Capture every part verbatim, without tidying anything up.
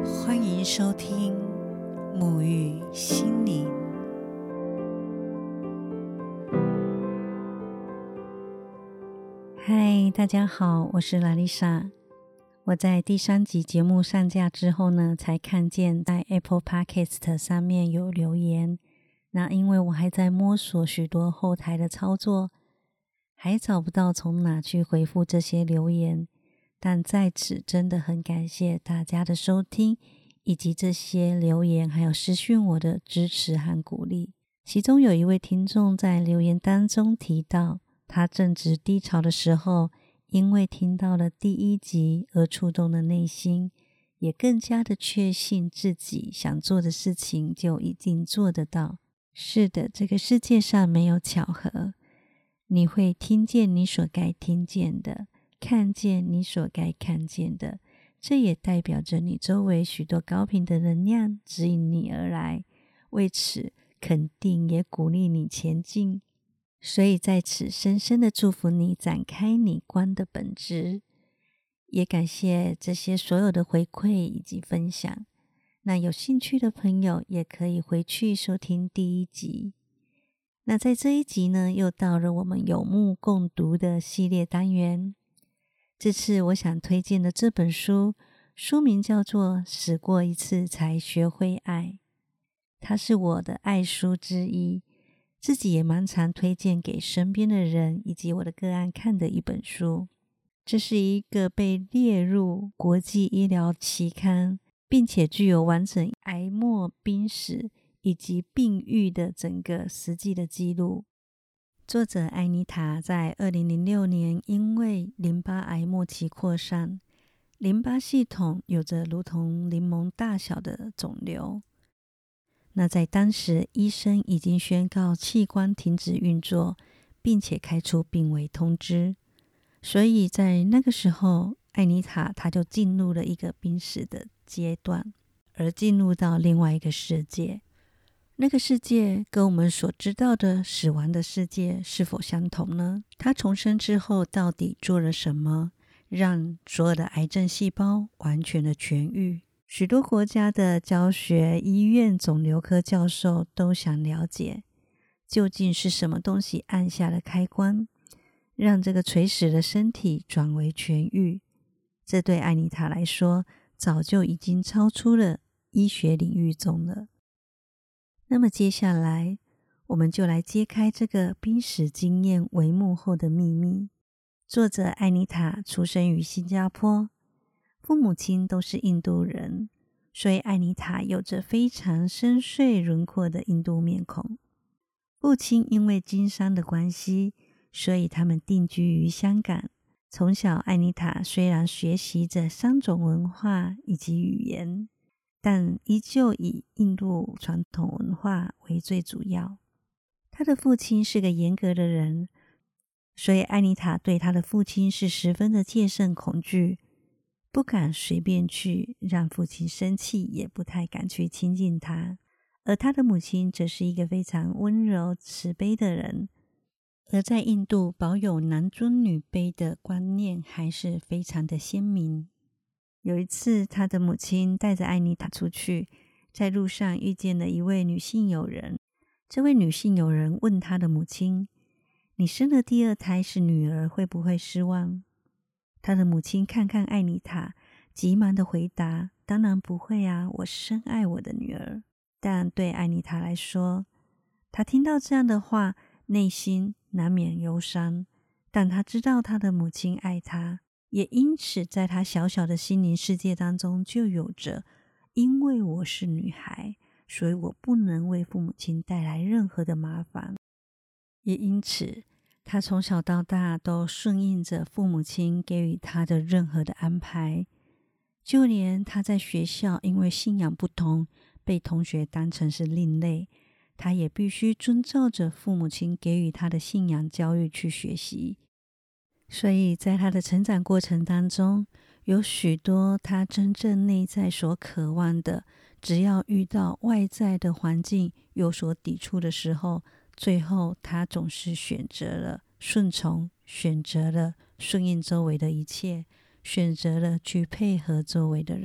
欢迎收听沐浴心灵。嗨，大家好，我是拉丽莎。我在第三集节目上架之后呢，才看见在 Apple Podcast 上面有留言。那因为我还在摸索许多后台的操作，还找不到从哪去回复这些留言，但在此真的很感谢大家的收听，以及这些留言还有私讯我的支持和鼓励。其中有一位听众在留言当中提到，他正值低潮的时候，因为听到了第一集而触动了内心，也更加的确信自己想做的事情就一定做得到。是的，这个世界上没有巧合，你会听见你所该听见的，看见你所该看见的，这也代表着你周围许多高频的能量指引你而来，为此肯定也鼓励你前进。所以在此深深的祝福你展开你光的本质，也感谢这些所有的回馈以及分享。那有兴趣的朋友也可以回去收听第一集。那在这一集呢，又到了我们有目共读的系列单元。这次我想推荐的这本书，书名叫做《死过一次才学会爱》，它是我的爱书之一，自己也蛮常推荐给身边的人以及我的个案看的一本书。这是一个被列入国际医疗期刊，并且具有完整癌末病史以及病愈的整个实际的记录。作者艾妮塔在二零零六年因为淋巴癌末期扩散，淋巴系统有着如同柠檬大小的肿瘤。那在当时，医生已经宣告器官停止运作，并且开出病危通知。所以在那个时候，艾妮塔她就进入了一个濒死的阶段，而进入到另外一个世界。那个世界跟我们所知道的死亡的世界是否相同呢？他重生之后到底做了什么，让所有的癌症细胞完全的痊愈？许多国家的教学医院肿瘤科教授都想了解，究竟是什么东西按下了开关，让这个垂死的身体转为痊愈。这对艾妮塔来说，早就已经超出了医学领域中了。那么接下来，我们就来揭开这个濒死经验帷幕后的秘密。作者艾妮塔出生于新加坡，父母亲都是印度人，所以艾妮塔有着非常深邃轮廓的印度面孔。父亲因为经商的关系，所以他们定居于香港。从小，艾妮塔虽然学习着三种文化以及语言，但依旧以印度传统文化为最主要。她的父亲是个严格的人，所以艾妮塔对她的父亲是十分的戒慎恐惧，不敢随便去让父亲生气，也不太敢去亲近他。而她的母亲则是一个非常温柔慈悲的人，而在印度保有男尊女卑的观念还是非常的鲜明。有一次，她的母亲带着艾妮塔出去，在路上遇见了一位女性友人。这位女性友人问她的母亲，你生了第二胎是女儿，会不会失望？她的母亲看看艾妮塔，急忙的回答，当然不会啊，我深爱我的女儿。但对艾妮塔来说，她听到这样的话，内心难免忧伤，但她知道她的母亲爱她，也因此在她小小的心灵世界当中就有着，因为我是女孩，所以我不能为父母亲带来任何的麻烦。也因此，她从小到大都顺应着父母亲给予她的任何的安排，就连她在学校因为信仰不同，被同学当成是另类，她也必须遵照着父母亲给予她的信仰教育去学习。所以在她的成长过程当中，有许多她真正内在所渴望的，只要遇到外在的环境有所抵触的时候，最后她总是选择了顺从，选择了顺应周围的一切，选择了去配合周围的人。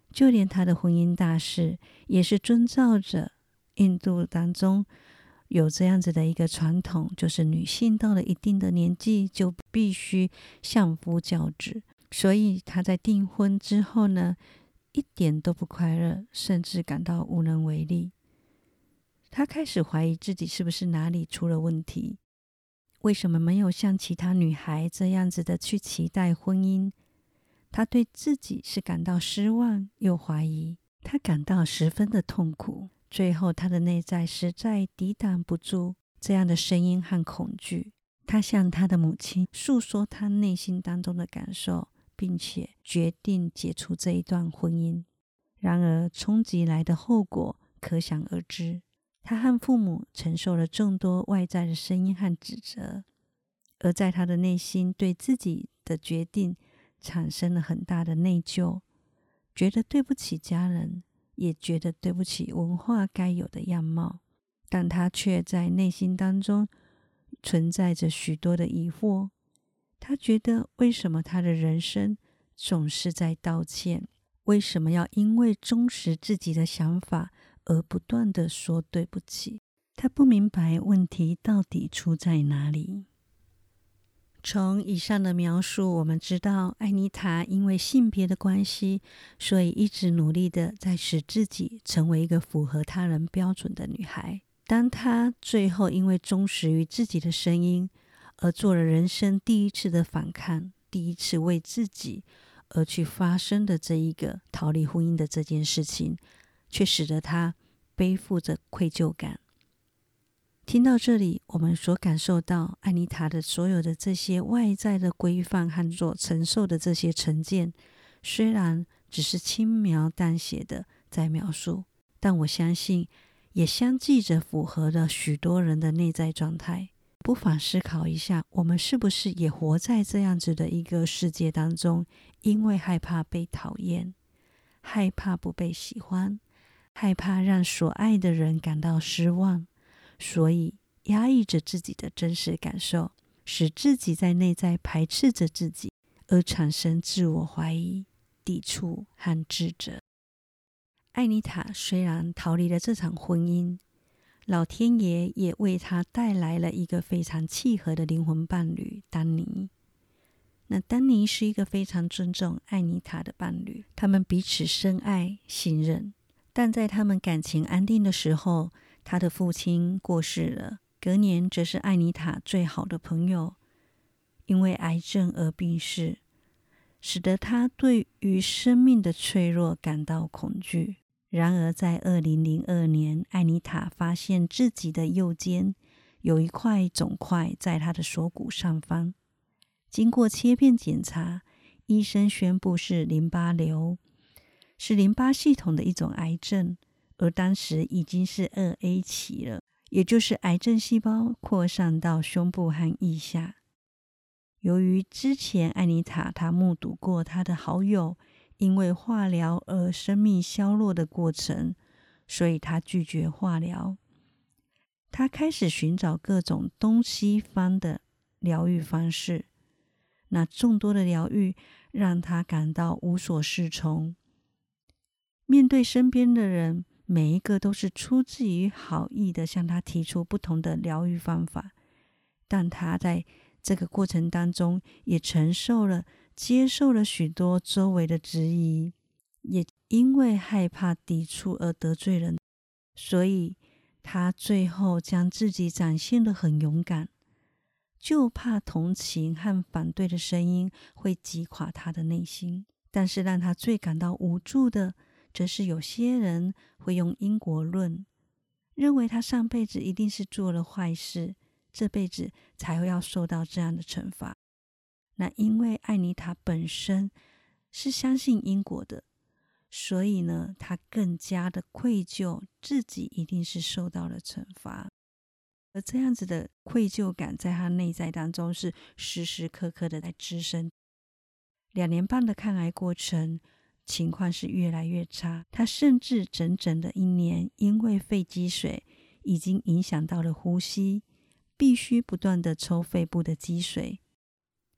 就连他的婚姻大事也是遵照着印度当中有这样子的一个传统，就是女性到了一定的年纪就必须相夫教子，所以他在订婚之后呢，一点都不快乐，甚至感到无能为力。他开始怀疑自己是不是哪里出了问题，为什么没有像其他女孩这样子的去期待婚姻？他对自己是感到失望又怀疑，他感到十分的痛苦。最后他的内在实在抵挡不住这样的声音和恐惧，他向他的母亲诉说他内心当中的感受，并且决定解除这一段婚姻。然而冲击来的后果可想而知，他和父母承受了众多外在的声音和指责，而在他的内心对自己的决定产生了很大的内疚，觉得对不起家人，也觉得对不起文化该有的样貌，但他却在内心当中存在着许多的疑惑。他觉得为什么他的人生总是在道歉？为什么要因为忠实自己的想法而不断地说对不起？他不明白问题到底出在哪里。从以上的描述，我们知道艾妮塔因为性别的关系，所以一直努力的在使自己成为一个符合他人标准的女孩。当她最后因为忠实于自己的声音，而做了人生第一次的反抗，第一次为自己而去发生的这一个逃离婚姻的这件事情，却使得她背负着愧疚感。听到这里，我们所感受到艾妮塔的所有的这些外在的规范和所承受的这些成见，虽然只是轻描淡写的在描述，但我相信也相继着符合了许多人的内在状态。不妨思考一下，我们是不是也活在这样子的一个世界当中，因为害怕被讨厌，害怕不被喜欢，害怕让所爱的人感到失望，所以压抑着自己的真实感受，使自己在内在排斥着自己，而产生自我怀疑、抵触和自责。艾妮塔虽然逃离了这场婚姻，老天爷也为她带来了一个非常契合的灵魂伴侣丹尼。那丹尼是一个非常尊重艾妮塔的伴侣，他们彼此深爱信任，但在他们感情安定的时候，他的父亲过世了，隔年则是艾妮塔最好的朋友因为癌症而病逝，使得他对于生命的脆弱感到恐惧。然而在二零零二年，艾妮塔发现自己的右肩有一块肿块在她的锁骨上方，经过切片检查，医生宣布是淋巴瘤，是淋巴系统的一种癌症，而当时已经是二 A 期了，也就是癌症细胞扩散到胸部和腋下。由于之前艾妮塔她目睹过她的好友因为化疗而生命消落的过程，所以她拒绝化疗。她开始寻找各种东西方的疗愈方式，那众多的疗愈让她感到无所适从。面对身边的人，每一个都是出自于好意的向她提出不同的疗愈方法，但她在这个过程当中也承受了接受了许多周围的质疑，也因为害怕抵触而得罪人，所以他最后将自己展现得很勇敢，就怕同情和反对的声音会击垮他的内心。但是让他最感到无助的，则是有些人会用因果论，认为他上辈子一定是做了坏事，这辈子才会要受到这样的惩罚。那因为艾妮塔本身是相信因果的，所以呢，她更加的愧疚，自己一定是受到了惩罚。而这样子的愧疚感在她内在当中是时时刻刻的在滋生。两年半的抗癌过程，情况是越来越差，她甚至整整的一年，因为肺积水已经影响到了呼吸，必须不断的抽肺部的积水。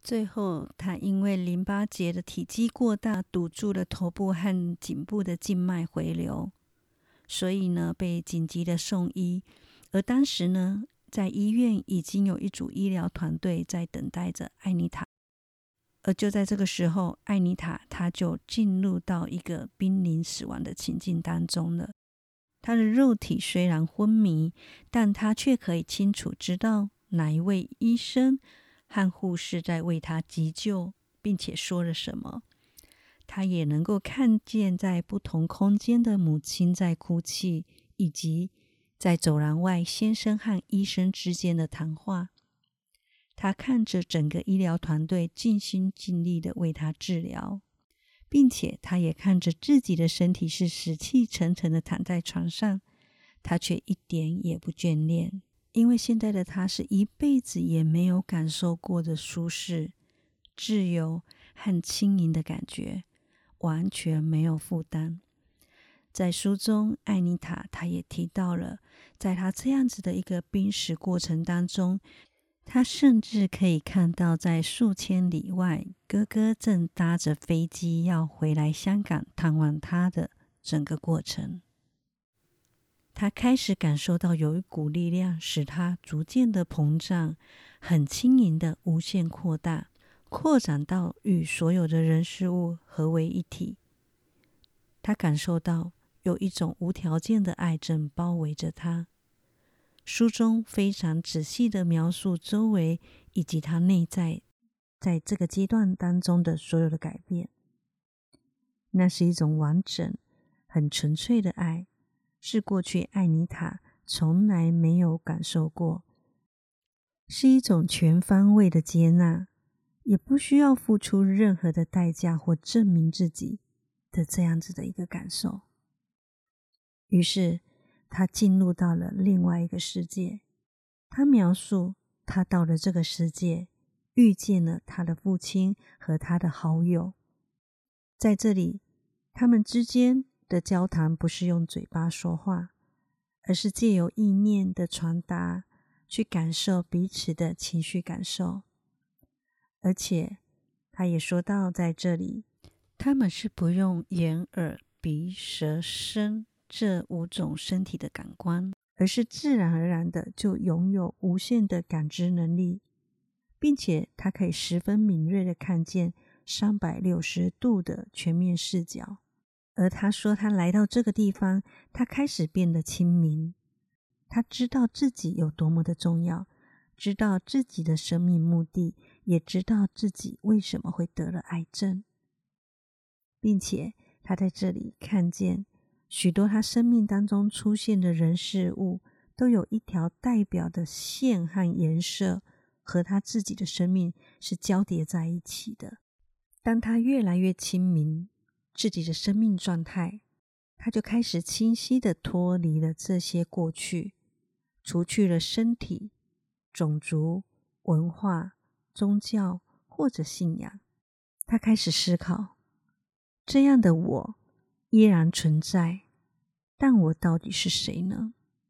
最后他因为淋巴结的体积过大，堵住了头部和颈部的静脉回流，所以呢被紧急的送医。而当时呢在医院已经有一组医疗团队在等待着艾妮塔。而就在这个时候，艾妮塔她就进入到一个濒临死亡的情境当中了。她的肉体虽然昏迷，但她却可以清楚知道哪一位医生和护士在为她急救，并且说了什么。她也能够看见在不同空间的母亲在哭泣，以及在走廊外先生和医生之间的谈话。他看着整个医疗团队尽心尽力的为他治疗，并且他也看着自己的身体是死气沉沉的躺在床上，他却一点也不眷恋，因为现在的他是一辈子也没有感受过的舒适、自由和轻盈的感觉，完全没有负担。在书中，艾妮塔她也提到了，在她这样子的一个濒死过程当中，他甚至可以看到在数千里外，哥哥正搭着飞机要回来香港探望他的整个过程。他开始感受到有一股力量使他逐渐的膨胀，很轻盈的无限扩大，扩展到与所有的人事物合为一体。他感受到有一种无条件的爱正包围着他。书中非常仔细的描述周围以及他内在在这个阶段当中的所有的改变。那是一种完整、很纯粹的爱，是过去艾妮塔从来没有感受过，是一种全方位的接纳，也不需要付出任何的代价或证明自己的这样子的一个感受。于是他进入到了另外一个世界。他描述他到了这个世界，遇见了他的父亲和他的好友。在这里，他们之间的交谈不是用嘴巴说话，而是借由意念的传达，去感受彼此的情绪感受。而且他也说到，在这里他们是不用眼、耳、鼻、舌、身这五种身体的感官，而是自然而然的就拥有无限的感知能力，并且他可以十分敏锐的看见三百六十度的全面视角。而他说他来到这个地方，他开始变得清明，他知道自己有多么的重要，知道自己的生命目的，也知道自己为什么会得了癌症，并且他在这里看见许多他生命当中出现的人事物都有一条代表的线和颜色，和他自己的生命是交叠在一起的。当他越来越清明自己的生命状态，他就开始清晰地脱离了这些过去，除去了身体、种族、文化、宗教或者信仰。他开始思考，这样的我依然存在，但我到底是谁呢？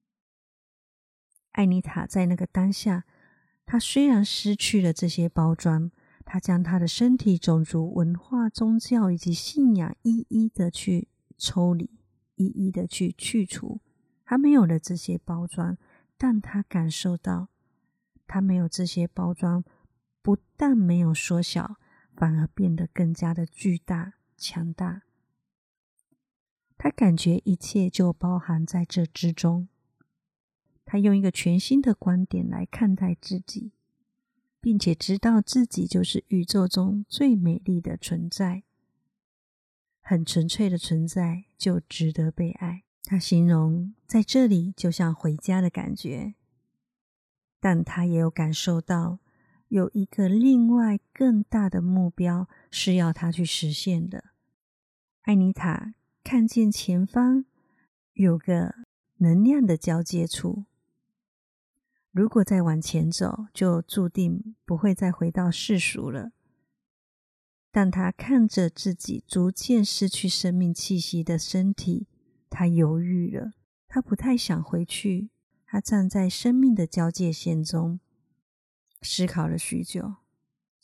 艾妮塔在那个当下，她虽然失去了这些包装，她将她的身体、种族、文化、宗教以及信仰一一的去抽离，一一的去去除。她没有了这些包装，但她感受到，她没有这些包装，不但没有缩小，反而变得更加的巨大、强大。他感觉一切就包含在这之中。他用一个全新的观点来看待自己，并且知道自己就是宇宙中最美丽的存在，很纯粹的存在就值得被爱。他形容在这里就像回家的感觉，但他也有感受到有一个另外更大的目标是要他去实现的。艾妮塔看见前方有个能量的交界处，如果再往前走，就注定不会再回到世俗了。但他看着自己逐渐失去生命气息的身体，他犹豫了，他不太想回去。他站在生命的交界线中，思考了许久，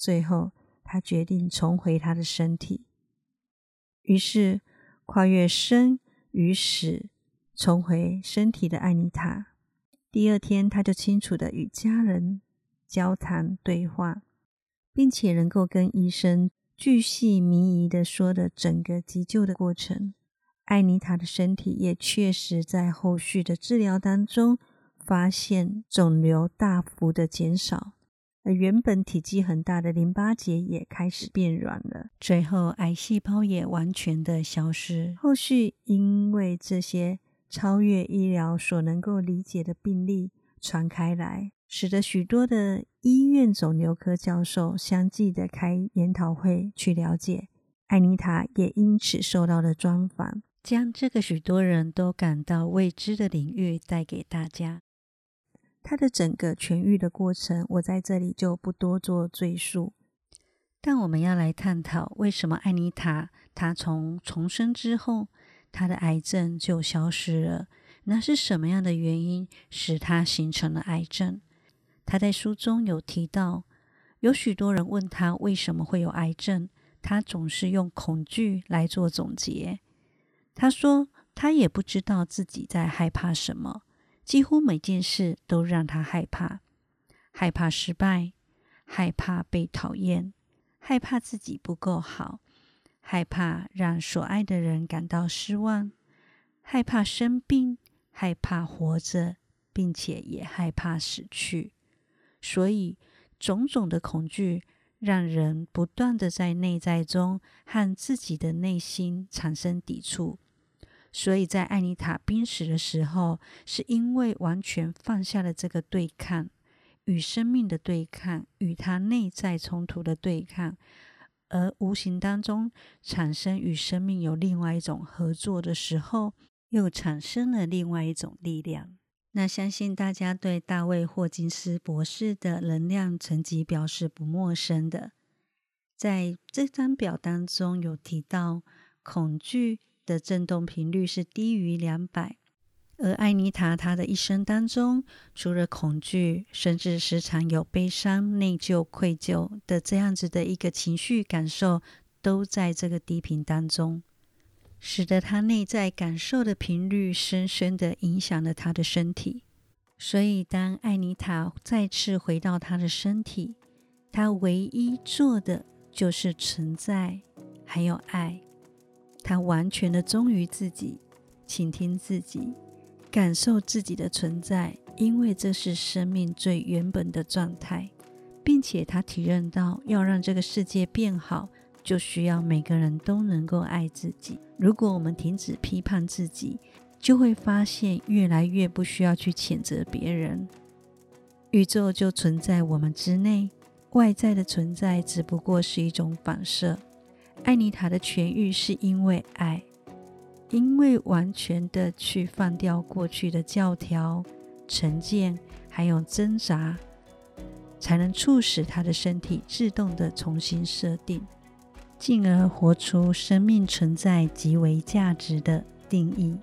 最后他决定重回他的身体。于是跨越生与死，重回身体的艾妮塔，第二天他就清楚地与家人交谈对话，并且能够跟医生巨细靡遗地说的整个急救的过程。艾妮塔的身体也确实在后续的治疗当中发现肿瘤大幅的减少，而原本体积很大的淋巴结也开始变软了，最后癌细胞也完全的消失。后续因为这些超越医疗所能够理解的病例传开来，使得许多的医院肿瘤科教授相继的开研讨会去了解，艾妮塔也因此受到了专访，将这个许多人都感到未知的领域带给大家。他的整个痊愈的过程，我在这里就不多做赘述。但我们要来探讨，为什么艾妮塔她从重生之后，她的癌症就消失了？那是什么样的原因使她形成了癌症？她在书中有提到，有许多人问她为什么会有癌症，她总是用恐惧来做总结。她说，她也不知道自己在害怕什么。几乎每件事都让他害怕，害怕失败，害怕被讨厌，害怕自己不够好，害怕让所爱的人感到失望，害怕生病，害怕活着，并且也害怕死去。所以种种的恐惧让人不断的在内在中和自己的内心产生抵触。所以在艾妮塔濒死的时候，是因为完全放下了这个对抗，与生命的对抗，与他内在冲突的对抗，而无形当中产生与生命有另外一种合作的时候，又产生了另外一种力量。那相信大家对大卫霍金斯博士的能量层级表是不陌生的。在这张表当中有提到，恐惧的振动频率是低于两百，而艾妮塔她的一生当中，除了恐惧，甚至时常有悲伤、内疚、愧疚的这样子的一个情绪感受，都在这个低频当中，使得她内在感受的频率深深的影响了她的身体。所以当艾妮塔再次回到她的身体，她唯一做的就是存在，还有爱。他完全的忠于自己，倾听自己，感受自己的存在，因为这是生命最原本的状态，并且他体认到要让这个世界变好，就需要每个人都能够爱自己。如果我们停止批判自己，就会发现越来越不需要去谴责别人，宇宙就存在我们之内，外在的存在只不过是一种反射。艾妮塔的痊愈是因为爱，因为完全的去放掉过去的教条、成见还有挣扎，才能促使她的身体自动的重新设定，进而活出生命存在即为价值的定义。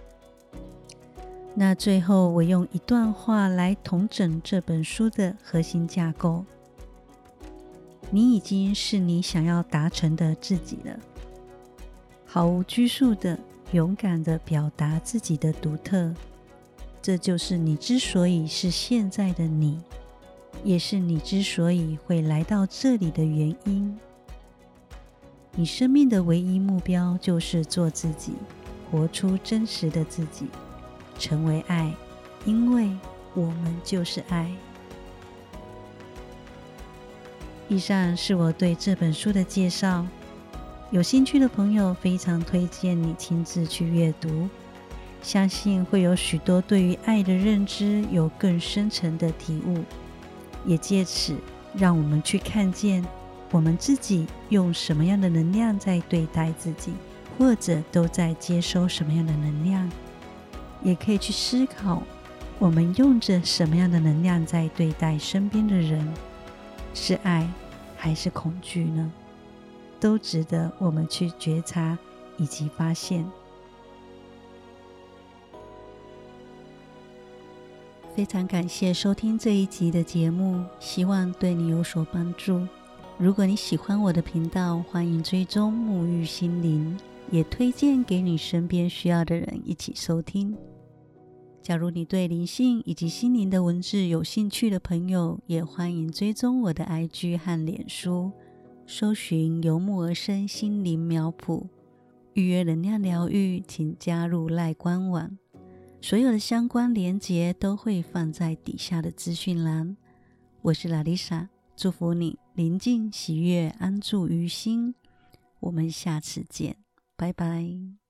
那最后我用一段话来统整这本书的核心架构。你已经是你想要达成的自己了，毫无拘束的、勇敢的表达自己的独特，这就是你之所以是现在的你，也是你之所以会来到这里的原因。你生命的唯一目标就是做自己，活出真实的自己，成为爱，因为我们就是爱。以上是我对这本书的介绍，有兴趣的朋友非常推荐你亲自去阅读，相信会有许多对于爱的认知有更深层的体悟，也借此让我们去看见我们自己用什么样的能量在对待自己，或者都在接收什么样的能量，也可以去思考我们用着什么样的能量在对待身边的人，是爱还是恐惧呢？都值得我们去觉察以及发现。非常感谢收听这一集的节目，希望对你有所帮助。 如果你喜欢我的频道，欢迎追踪沐浴心灵，也推荐给你身边需要的人一起收听。假如你对灵性以及心灵的文字有兴趣的朋友，也欢迎追踪我的 I G 和脸书，搜寻由木而生心灵苗圃，预约能量疗愈，请加入赖官网。所有的相关连结都会放在底下的资讯栏。我是拉丽莎，祝福你宁静、喜悦、安住于心。我们下次见，拜拜。